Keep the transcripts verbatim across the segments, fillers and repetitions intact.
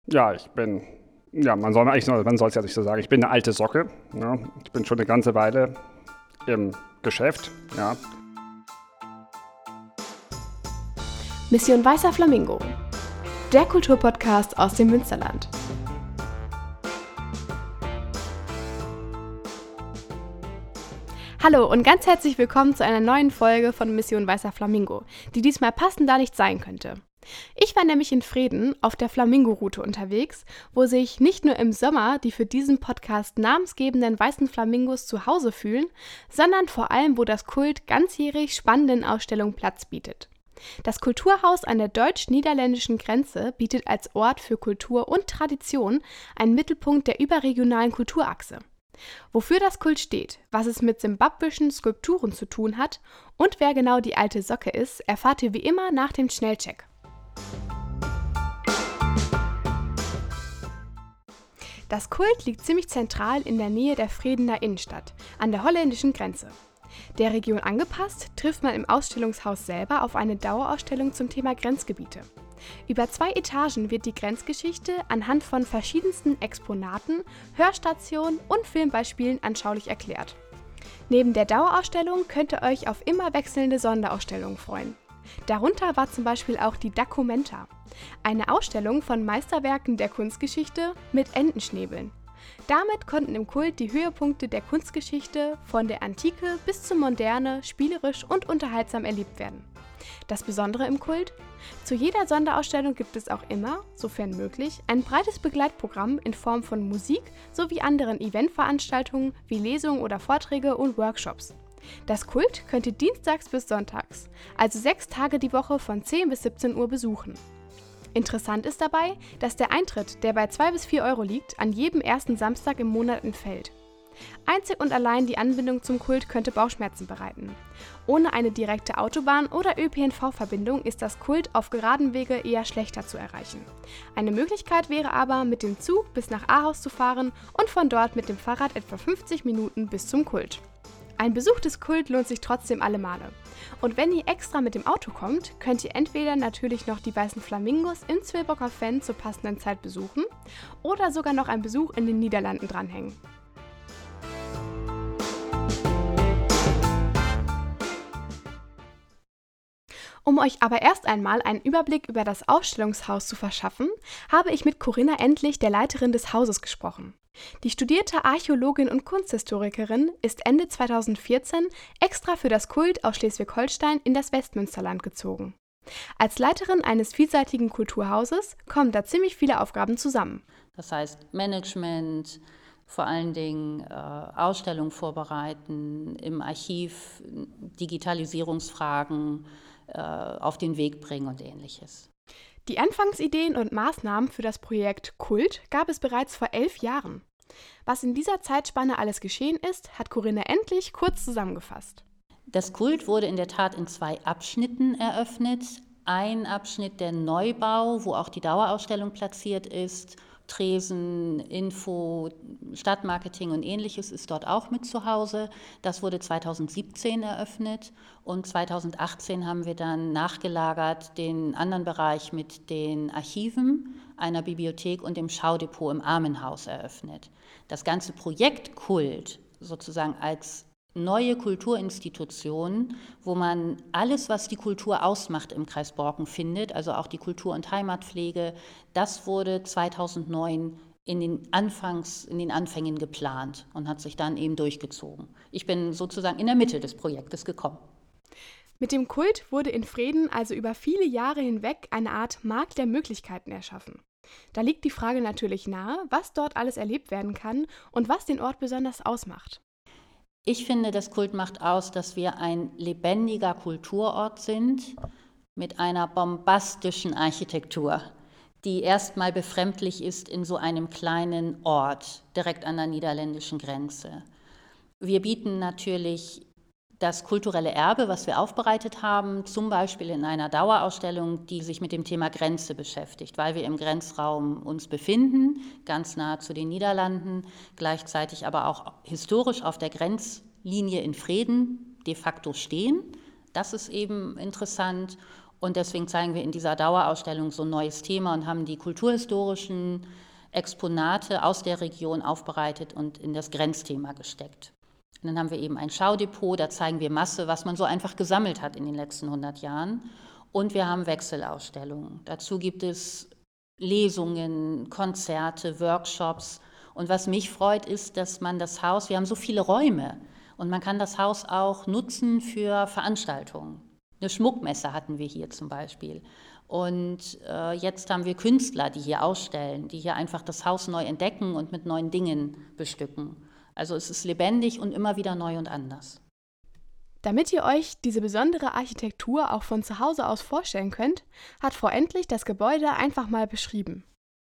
Ja, ich bin, ja, man soll eigentlich, man soll es ja nicht so sagen, ich bin eine alte Socke. Ja. Ich bin schon eine ganze Weile im Geschäft. Ja. Mission Weißer Flamingo, der Kulturpodcast aus dem Münsterland. Hallo und ganz herzlich willkommen zu einer neuen Folge von Mission Weißer Flamingo, die diesmal passender nicht sein könnte. Ich war nämlich in Vreden auf der Flamingo-Route unterwegs, wo sich nicht nur im Sommer die für diesen Podcast namensgebenden weißen Flamingos zu Hause fühlen, sondern vor allem, wo das Kult ganzjährig spannenden Ausstellungen Platz bietet. Das Kulturhaus an der deutsch-niederländischen Grenze bietet als Ort für Kultur und Tradition einen Mittelpunkt der überregionalen Kulturachse. Wofür das Kult steht, was es mit simbabwischen Skulpturen zu tun hat und wer genau die alte Socke ist, erfahrt ihr wie immer nach dem Schnellcheck. Das Kult liegt ziemlich zentral in der Nähe der Vredener Innenstadt, an der holländischen Grenze. Der Region angepasst, trifft man im Ausstellungshaus selber auf eine Dauerausstellung zum Thema Grenzgebiete. Über zwei Etagen wird die Grenzgeschichte anhand von verschiedensten Exponaten, Hörstationen und Filmbeispielen anschaulich erklärt. Neben der Dauerausstellung könnt ihr euch auf immer wechselnde Sonderausstellungen freuen. Darunter war zum Beispiel auch die Documenta, eine Ausstellung von Meisterwerken der Kunstgeschichte mit Entenschnäbeln. Damit konnten im Kult die Höhepunkte der Kunstgeschichte von der Antike bis zur Moderne spielerisch und unterhaltsam erlebt werden. Das Besondere im Kult? Zu jeder Sonderausstellung gibt es auch immer, sofern möglich, ein breites Begleitprogramm in Form von Musik sowie anderen Eventveranstaltungen wie Lesungen oder Vorträge und Workshops. Das Kult könnt ihr dienstags bis sonntags, also sechs Tage die Woche von zehn bis siebzehn Uhr besuchen. Interessant ist dabei, dass der Eintritt, der bei zwei bis vier Euro liegt, an jedem ersten Samstag im Monat entfällt. Einzig und allein die Anbindung zum Kult könnte Bauchschmerzen bereiten. Ohne eine direkte Autobahn- oder Ö P N V-Verbindung ist das Kult auf geradem Wege eher schlechter zu erreichen. Eine Möglichkeit wäre aber, mit dem Zug bis nach Ahaus zu fahren und von dort mit dem Fahrrad etwa fünfzig Minuten bis zum Kult. Ein Besuch des Kult lohnt sich trotzdem alle Male. Und wenn ihr extra mit dem Auto kommt, könnt ihr entweder natürlich noch die weißen Flamingos im Zwillbrocker Fen zur passenden Zeit besuchen oder sogar noch einen Besuch in den Niederlanden dranhängen. Um euch aber erst einmal einen Überblick über das Ausstellungshaus zu verschaffen, habe ich mit Corinna Endlich, der Leiterin des Hauses, gesprochen. Die studierte Archäologin und Kunsthistorikerin ist Ende zweitausendvierzehn extra für das Kult aus Schleswig-Holstein in das Westmünsterland gezogen. Als Leiterin eines vielseitigen Kulturhauses kommen da ziemlich viele Aufgaben zusammen. Das heißt Management, vor allen Dingen äh, Ausstellungen vorbereiten, im Archiv Digitalisierungsfragen äh, auf den Weg bringen und Ähnliches. Die Anfangsideen und Maßnahmen für das Projekt Kult gab es bereits vor elf Jahren. Was in dieser Zeitspanne alles geschehen ist, hat Corinna Endlich kurz zusammengefasst. Das Kult wurde in der Tat in zwei Abschnitten eröffnet. Ein Abschnitt der Neubau, wo auch die Dauerausstellung platziert ist. Tresen, Info, Stadtmarketing und Ähnliches ist dort auch mit zu Hause. Das wurde zweitausendsiebzehn eröffnet und zweitausendachtzehn haben wir dann nachgelagert den anderen Bereich mit den Archiven, einer Bibliothek und dem Schaudepot im Armenhaus eröffnet. Das ganze Projekt Kult sozusagen als neue Kulturinstitutionen, wo man alles, was die Kultur ausmacht im Kreis Borken findet, also auch die Kultur- und Heimatpflege, das wurde zweitausendneun in den Anfangs, in den Anfängen geplant und hat sich dann eben durchgezogen. Ich bin sozusagen in der Mitte des Projektes gekommen. Mit dem Kult wurde in Vreden also über viele Jahre hinweg eine Art Markt der Möglichkeiten erschaffen. Da liegt die Frage natürlich nahe, was dort alles erlebt werden kann und was den Ort besonders ausmacht. Ich finde, das Kult macht aus, dass wir ein lebendiger Kulturort sind mit einer bombastischen Architektur, die erstmal befremdlich ist in so einem kleinen Ort direkt an der niederländischen Grenze. Wir bieten natürlich das kulturelle Erbe, was wir aufbereitet haben, zum Beispiel in einer Dauerausstellung, die sich mit dem Thema Grenze beschäftigt, weil wir im Grenzraum uns befinden, ganz nah zu den Niederlanden, gleichzeitig aber auch historisch auf der Grenzlinie in Vreden de facto stehen. Das ist eben interessant. Und deswegen zeigen wir in dieser Dauerausstellung so ein neues Thema und haben die kulturhistorischen Exponate aus der Region aufbereitet und in das Grenzthema gesteckt. Und dann haben wir eben ein Schaudepot, da zeigen wir Masse, was man so einfach gesammelt hat in den letzten hundert Jahren. Und wir haben Wechselausstellungen. Dazu gibt es Lesungen, Konzerte, Workshops. Und was mich freut, ist, dass man das Haus, wir haben so viele Räume und man kann das Haus auch nutzen für Veranstaltungen. Eine Schmuckmesse hatten wir hier zum Beispiel. Und äh, jetzt haben wir Künstler, die hier ausstellen, die hier einfach das Haus neu entdecken und mit neuen Dingen bestücken. Also es ist lebendig und immer wieder neu und anders. Damit ihr euch diese besondere Architektur auch von zu Hause aus vorstellen könnt, hat Frau Endlich das Gebäude einfach mal beschrieben.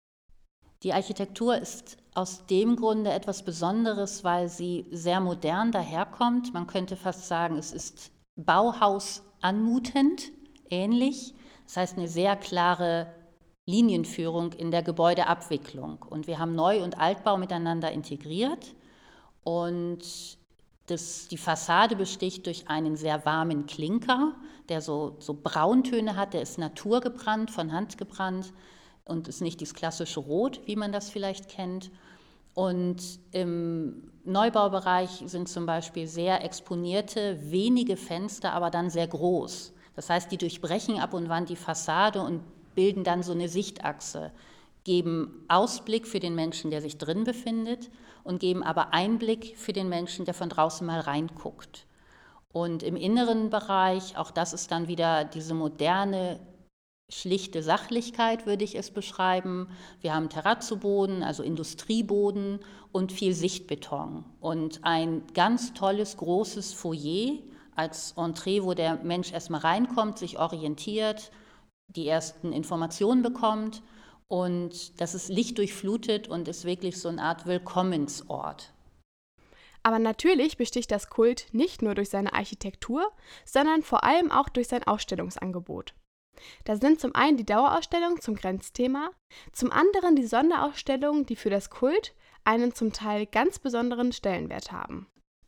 Die Architektur ist aus dem Grunde etwas Besonderes, weil sie sehr modern daherkommt. Man könnte fast sagen, es ist Bauhaus anmutend, ähnlich. Das heißt, eine sehr klare Linienführung in der Gebäudeabwicklung. Und wir haben Neu- und Altbau miteinander integriert. Und das, die Fassade besticht durch einen sehr warmen Klinker, der so, so Brauntöne hat. Der ist naturgebrannt, von Hand gebrannt und ist nicht dieses klassische Rot, wie man das vielleicht kennt. Und im Neubaubereich sind zum Beispiel sehr exponierte, wenige Fenster, aber dann sehr groß. Das heißt, die durchbrechen ab und wann die Fassade und bilden dann so eine Sichtachse, geben Ausblick für den Menschen, der sich drin befindet, und geben aber Einblick für den Menschen, der von draußen mal reinguckt. Und im inneren Bereich, auch das ist dann wieder diese moderne, schlichte Sachlichkeit, würde ich es beschreiben. Wir haben Terrazzoboden, also Industrieboden und viel Sichtbeton. Und ein ganz tolles, großes Foyer als Entree, wo der Mensch erstmal reinkommt, sich orientiert, die ersten Informationen bekommt. Und das ist lichtdurchflutet und ist wirklich so eine Art Willkommensort. Aber natürlich besticht das Kult nicht nur durch seine Architektur, sondern vor allem auch durch sein Ausstellungsangebot. Da sind zum einen die Dauerausstellung zum Grenzthema, zum anderen die Sonderausstellungen, die für das Kult einen zum Teil ganz besonderen Stellenwert haben.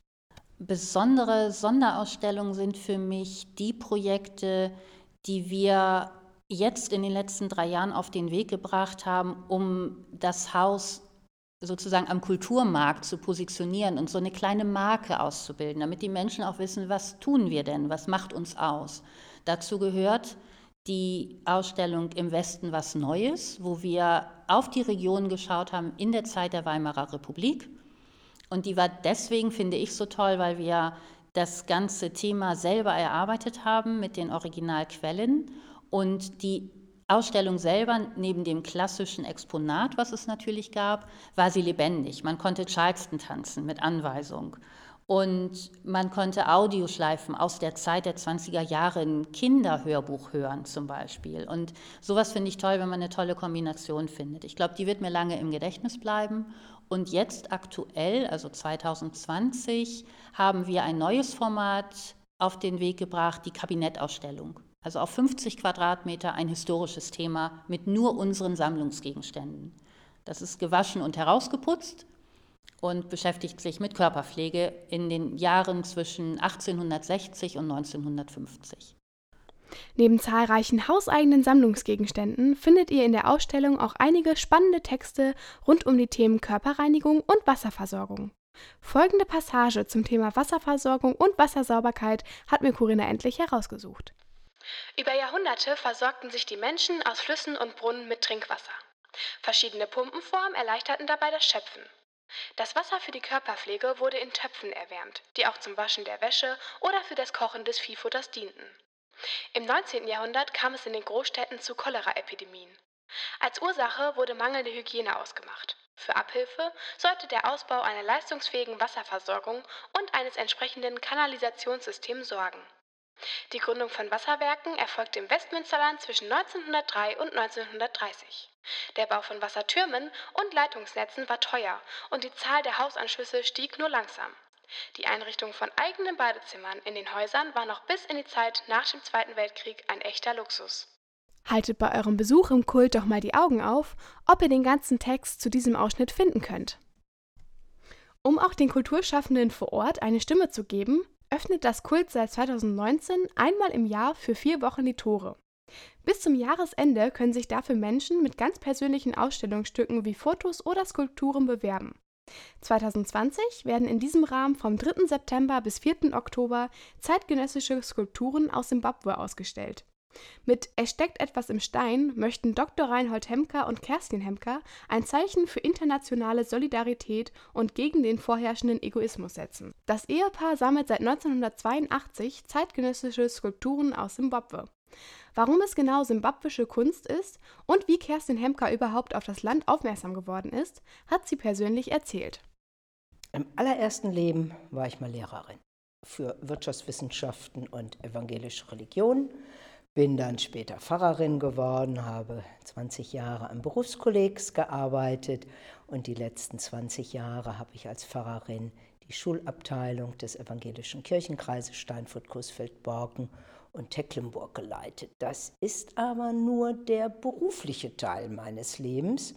Besondere Sonderausstellungen sind für mich die Projekte, die wir jetzt in den letzten drei Jahren auf den Weg gebracht haben, um das Haus sozusagen am Kulturmarkt zu positionieren und so eine kleine Marke auszubilden, damit die Menschen auch wissen, was tun wir denn, was macht uns aus. Dazu gehört die Ausstellung Im Westen was Neues, wo wir auf die Region geschaut haben in der Zeit der Weimarer Republik. Und die war deswegen, finde ich, so toll, weil wir das ganze Thema selber erarbeitet haben mit den Originalquellen. Und die Ausstellung selber, neben dem klassischen Exponat, was es natürlich gab, war sie lebendig. Man konnte Charleston tanzen mit Anweisung. Und man konnte Audioschleifen aus der Zeit der zwanziger Jahre, ein Kinderhörbuch hören zum Beispiel. Und sowas finde ich toll, wenn man eine tolle Kombination findet. Ich glaube, die wird mir lange im Gedächtnis bleiben. Und jetzt aktuell, also zwanzig zwanzig, haben wir ein neues Format auf den Weg gebracht, die Kabinettausstellung. Also auf fünfzig Quadratmeter ein historisches Thema mit nur unseren Sammlungsgegenständen. Das ist gewaschen und herausgeputzt und beschäftigt sich mit Körperpflege in den Jahren zwischen achtzehnhundertsechzig und neunzehnhundertfünfzig. Neben zahlreichen hauseigenen Sammlungsgegenständen findet ihr in der Ausstellung auch einige spannende Texte rund um die Themen Körperreinigung und Wasserversorgung. Folgende Passage zum Thema Wasserversorgung und Wassersauberkeit hat mir Corinna Endlich herausgesucht. Über Jahrhunderte versorgten sich die Menschen aus Flüssen und Brunnen mit Trinkwasser. Verschiedene Pumpenformen erleichterten dabei das Schöpfen. Das Wasser für die Körperpflege wurde in Töpfen erwärmt, die auch zum Waschen der Wäsche oder für das Kochen des Viehfutters dienten. Im neunzehnten Jahrhundert kam es in den Großstädten zu Cholera-Epidemien. Als Ursache wurde mangelnde Hygiene ausgemacht. Für Abhilfe sollte der Ausbau einer leistungsfähigen Wasserversorgung und eines entsprechenden Kanalisationssystems sorgen. Die Gründung von Wasserwerken erfolgte im Westmünsterland zwischen neunzehnhundertdrei und neunzehnhundertdreißig. Der Bau von Wassertürmen und Leitungsnetzen war teuer und die Zahl der Hausanschlüsse stieg nur langsam. Die Einrichtung von eigenen Badezimmern in den Häusern war noch bis in die Zeit nach dem Zweiten Weltkrieg ein echter Luxus. Haltet bei eurem Besuch im Kult doch mal die Augen auf, ob ihr den ganzen Text zu diesem Ausschnitt finden könnt. Um auch den Kulturschaffenden vor Ort eine Stimme zu geben, öffnet das Kult seit zweitausendneunzehn einmal im Jahr für vier Wochen die Tore. Bis zum Jahresende können sich dafür Menschen mit ganz persönlichen Ausstellungsstücken wie Fotos oder Skulpturen bewerben. zwanzig zwanzig werden in diesem Rahmen vom dritten September bis vierten Oktober zeitgenössische Skulpturen aus Simbabwe ausgestellt. Mit Es steckt etwas im Stein möchten Doktor Reinhold Hemker und Kerstin Hemker ein Zeichen für internationale Solidarität und gegen den vorherrschenden Egoismus setzen. Das Ehepaar sammelt seit neunzehnhundertzweiundachtzig zeitgenössische Skulpturen aus Simbabwe. Warum es genau simbabwische Kunst ist und wie Kerstin Hemker überhaupt auf das Land aufmerksam geworden ist, hat sie persönlich erzählt. Im allerersten Leben war ich mal Lehrerin für Wirtschaftswissenschaften und evangelische Religion. Bin dann später Pfarrerin geworden, habe zwanzig Jahre am Berufskolleg gearbeitet und die letzten zwanzig Jahre habe ich als Pfarrerin die Schulabteilung des Evangelischen Kirchenkreises Steinfurt-Coesfeld-Borken und Tecklenburg geleitet. Das ist aber nur der berufliche Teil meines Lebens.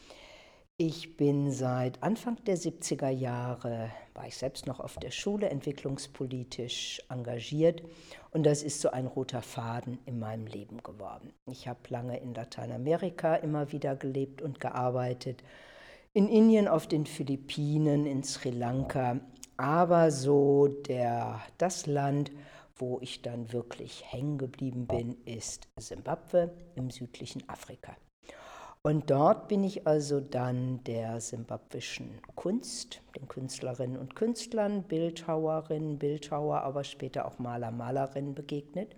Ich bin seit Anfang der siebziger Jahre, war ich selbst noch auf der Schule, entwicklungspolitisch engagiert und das ist so ein roter Faden in meinem Leben geworden. Ich habe lange in Lateinamerika immer wieder gelebt und gearbeitet, in Indien, auf den Philippinen, in Sri Lanka, aber so der, das Land, wo ich dann wirklich hängen geblieben bin, ist Simbabwe im südlichen Afrika. Und dort bin ich also dann der simbabwischen Kunst, den Künstlerinnen und Künstlern, Bildhauerinnen, Bildhauer, aber später auch Maler, Malerinnen begegnet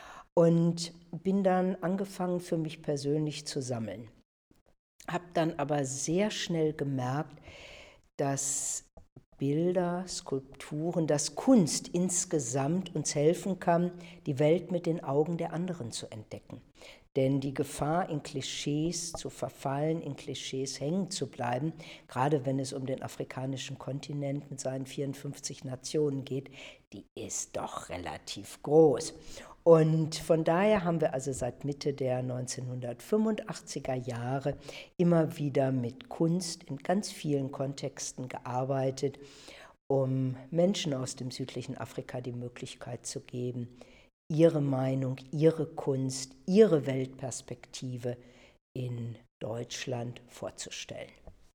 und bin dann angefangen, für mich persönlich zu sammeln. Habe dann aber sehr schnell gemerkt, dass Bilder, Skulpturen, dass Kunst insgesamt uns helfen kann, die Welt mit den Augen der anderen zu entdecken. Denn die Gefahr, in Klischees zu verfallen, in Klischees hängen zu bleiben, gerade wenn es um den afrikanischen Kontinent mit seinen vierundfünfzig Nationen geht, die ist doch relativ groß. Und von daher haben wir also seit Mitte der neunzehnhundertfünfundachtziger Jahre immer wieder mit Kunst in ganz vielen Kontexten gearbeitet, um Menschen aus dem südlichen Afrika die Möglichkeit zu geben, ihre Meinung, ihre Kunst, ihre Weltperspektive in Deutschland vorzustellen.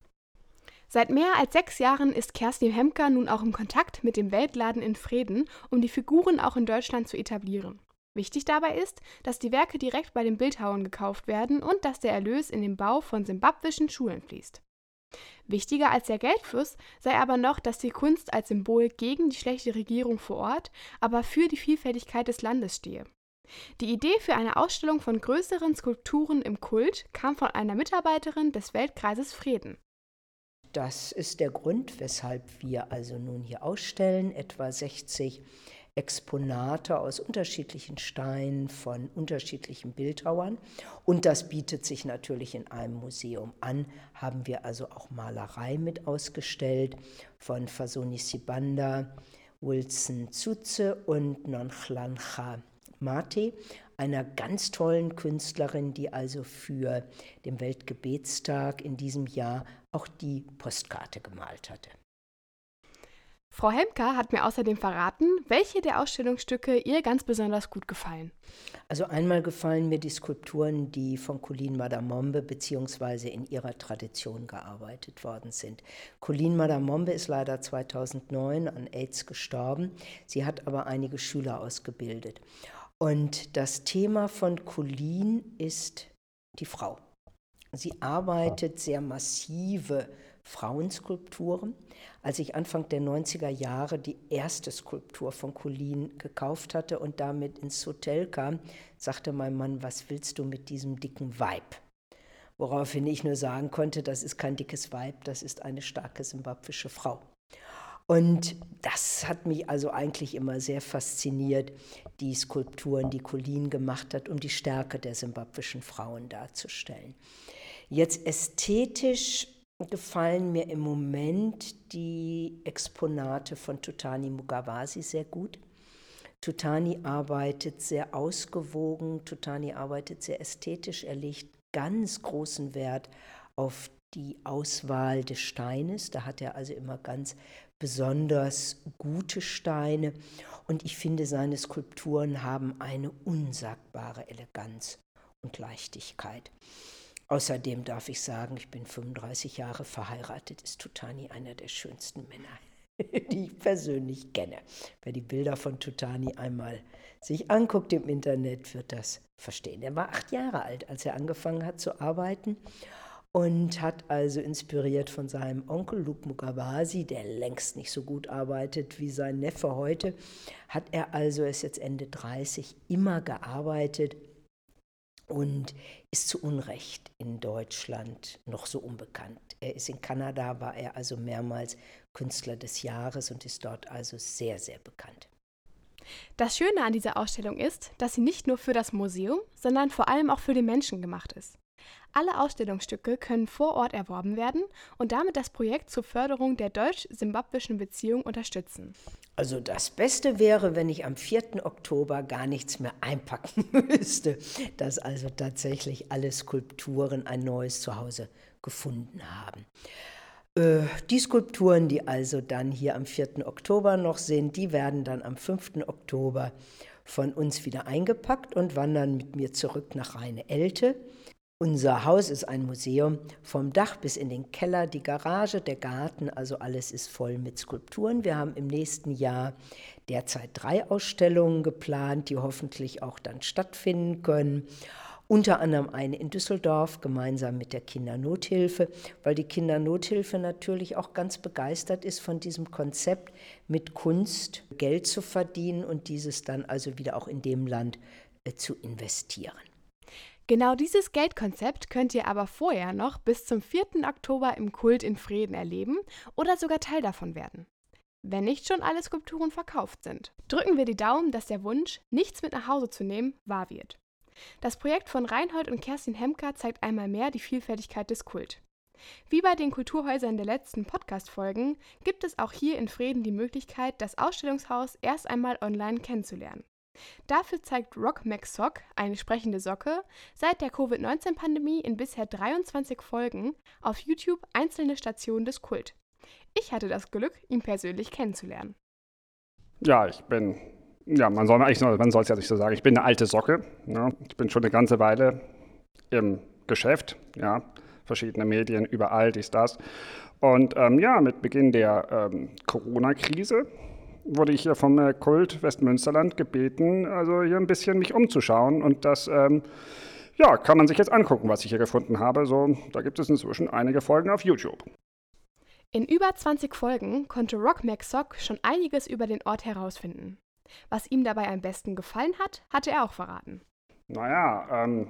Seit mehr als sechs Jahren ist Kerstin Hemker nun auch im Kontakt mit dem Weltladen in Vreden, um die Figuren auch in Deutschland zu etablieren. Wichtig dabei ist, dass die Werke direkt bei den Bildhauern gekauft werden und dass der Erlös in den Bau von simbabwischen Schulen fließt. Wichtiger als der Geldfluss sei aber noch, dass die Kunst als Symbol gegen die schlechte Regierung vor Ort, aber für die Vielfältigkeit des Landes stehe. Die Idee für eine Ausstellung von größeren Skulpturen im Kult kam von einer Mitarbeiterin des Weltkreises Vreden. Das ist der Grund, weshalb wir also nun hier ausstellen, etwa sechzig Exponate aus unterschiedlichen Steinen von unterschiedlichen Bildhauern. Und das bietet sich natürlich in einem Museum an, haben wir also auch Malerei mit ausgestellt von Fasoni Sibanda, Wilson Tsutse und Nonhlanhla Mate, einer ganz tollen Künstlerin, die also für den Weltgebetstag in diesem Jahr auch die Postkarte gemalt hatte. Frau Hemker hat mir außerdem verraten, welche der Ausstellungsstücke ihr ganz besonders gut gefallen. Also einmal gefallen mir die Skulpturen, die von Colleen Madamombe bzw. in ihrer Tradition gearbeitet worden sind. Colleen Madamombe ist leider zweitausendneun an AIDS gestorben. Sie hat aber einige Schüler ausgebildet. Und das Thema von Colleen ist die Frau. Sie arbeitet sehr massive Frauenskulpturen. Als ich Anfang der neunziger Jahre die erste Skulptur von Colleen gekauft hatte und damit ins Hotel kam, sagte mein Mann, was willst du mit diesem dicken Weib? Woraufhin ich nur sagen konnte, das ist kein dickes Weib, das ist eine starke simbabwische Frau. Und das hat mich also eigentlich immer sehr fasziniert, die Skulpturen, die Colleen gemacht hat, um die Stärke der simbabwischen Frauen darzustellen. Jetzt ästhetisch gefallen mir im Moment die Exponate von Thutani Mugawasi sehr gut. Thutani arbeitet sehr ausgewogen, Thutani arbeitet sehr ästhetisch, er legt ganz großen Wert auf die Auswahl des Steines. Da hat er also immer ganz besonders gute Steine und ich finde, seine Skulpturen haben eine unsagbare Eleganz und Leichtigkeit. Außerdem darf ich sagen, ich bin fünfunddreißig Jahre verheiratet, ist Tutani einer der schönsten Männer, die ich persönlich kenne. Wer die Bilder von Tutani einmal sich anguckt im Internet, wird das verstehen. Er war acht Jahre alt, als er angefangen hat zu arbeiten und hat also inspiriert von seinem Onkel Luke Mukabasi, der längst nicht so gut arbeitet wie sein Neffe heute, hat er also, er ist jetzt Ende dreißig, immer gearbeitet und ist zu Unrecht in Deutschland noch so unbekannt. Er ist in Kanada, war er also mehrmals Künstler des Jahres und ist dort also sehr, sehr bekannt. Das Schöne an dieser Ausstellung ist, dass sie nicht nur für das Museum, sondern vor allem auch für den Menschen gemacht ist. Alle Ausstellungsstücke können vor Ort erworben werden und damit das Projekt zur Förderung der deutsch-simbabwischen Beziehung unterstützen. Also das Beste wäre, wenn ich am vierten Oktober gar nichts mehr einpacken müsste, dass also tatsächlich alle Skulpturen ein neues Zuhause gefunden haben. Äh, die Skulpturen, die also dann hier am vierten Oktober noch sind, die werden dann am fünften Oktober von uns wieder eingepackt und wandern mit mir zurück nach Rheine-Elte. Unser Haus ist ein Museum, vom Dach bis in den Keller, die Garage, der Garten, also alles ist voll mit Skulpturen. Wir haben im nächsten Jahr derzeit drei Ausstellungen geplant, die hoffentlich auch dann stattfinden können. Unter anderem eine in Düsseldorf, gemeinsam mit der Kindernothilfe, weil die Kindernothilfe natürlich auch ganz begeistert ist von diesem Konzept, mit Kunst Geld zu verdienen und dieses dann also wieder auch in dem Land äh, zu investieren. Genau dieses Geldkonzept könnt ihr aber vorher noch bis zum vierten Oktober im Kult in Vreden erleben oder sogar Teil davon werden. Wenn nicht schon alle Skulpturen verkauft sind. Drücken wir die Daumen, dass der Wunsch, nichts mit nach Hause zu nehmen, wahr wird. Das Projekt von Reinhold und Kerstin Hemker zeigt einmal mehr die Vielfältigkeit des Kult. Wie bei den Kulturhäusern der letzten Podcast-Folgen gibt es auch hier in Vreden die Möglichkeit, das Ausstellungshaus erst einmal online kennenzulernen. Dafür zeigt Rock Mac Sock, eine sprechende Socke, seit der Covid neunzehn Pandemie in bisher dreiundzwanzig Folgen auf YouTube einzelne Stationen des Kult. Ich hatte das Glück, ihn persönlich kennenzulernen. Ja, ich bin, ja, man soll eigentlich, man soll es ja nicht so sagen, ich bin eine alte Socke. Ja. Ich bin schon eine ganze Weile im Geschäft, ja, verschiedene Medien, überall, dies, das. Und ähm, ja, mit Beginn der ähm, Corona-Krise wurde ich hier vom äh, Kult Westmünsterland gebeten, also hier ein bisschen mich umzuschauen. Und das ähm, ja, kann man sich jetzt angucken, was ich hier gefunden habe. So, da gibt es inzwischen einige Folgen auf YouTube. In über zwanzig Folgen konnte Rock Mac Sock schon einiges über den Ort herausfinden. Was ihm dabei am besten gefallen hat, hatte er auch verraten. Naja, ähm,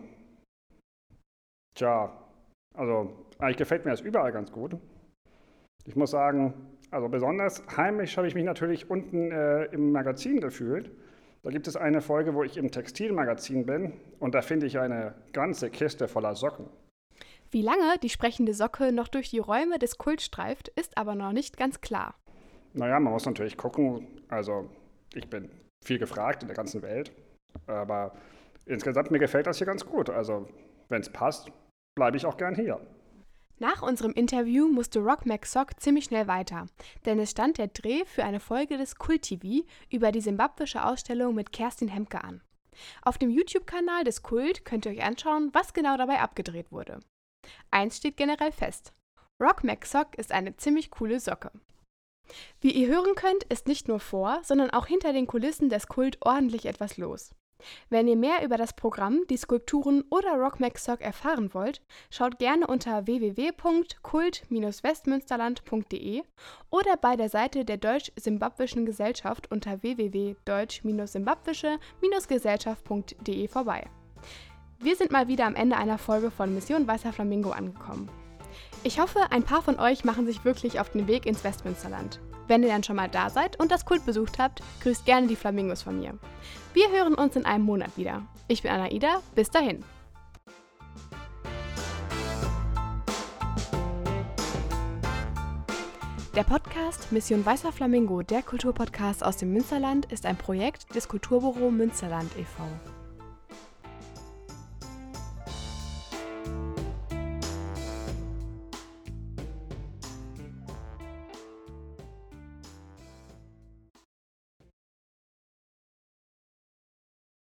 tja, also eigentlich gefällt mir das überall ganz gut. Ich muss sagen, also besonders heimisch habe ich mich natürlich unten äh, im Magazin gefühlt. Da gibt es eine Folge, wo ich im Textilmagazin bin und da finde ich eine ganze Kiste voller Socken. Wie lange die sprechende Socke noch durch die Räume des Kults streift, ist aber noch nicht ganz klar. Naja, man muss natürlich gucken, also ich bin viel gefragt in der ganzen Welt, aber insgesamt mir gefällt das hier ganz gut. Also wenn es passt, bleibe ich auch gern hier. Nach unserem Interview musste Rock Mac Sock ziemlich schnell weiter, denn es stand der Dreh für eine Folge des Kult-T V über die simbabwische Ausstellung mit Kerstin Hemke an. Auf dem YouTube-Kanal des Kult könnt ihr euch anschauen, was genau dabei abgedreht wurde. Eins steht generell fest: Rock Mac Sock ist eine ziemlich coole Socke. Wie ihr hören könnt, ist nicht nur vor, sondern auch hinter den Kulissen des Kult ordentlich etwas los. Wenn ihr mehr über das Programm, die Skulpturen oder Rock Mac Sock erfahren wollt, schaut gerne unter w w w punkt kult Bindestrich westmünsterland punkt d e oder bei der Seite der Deutsch-Simbabwischen Gesellschaft unter w w w punkt deutsch simbabwische Gesellschaft punkt d e vorbei. Wir sind mal wieder am Ende einer Folge von Mission Weißer Flamingo angekommen. Ich hoffe, ein paar von euch machen sich wirklich auf den Weg ins Westmünsterland. Wenn ihr dann schon mal da seid und das Kult besucht habt, grüßt gerne die Flamingos von mir. Wir hören uns in einem Monat wieder. Ich bin Anaida, bis dahin. Der Podcast Mission Weißer Flamingo, der Kulturpodcast aus dem Münsterland, ist ein Projekt des Kulturbüro Münsterland e V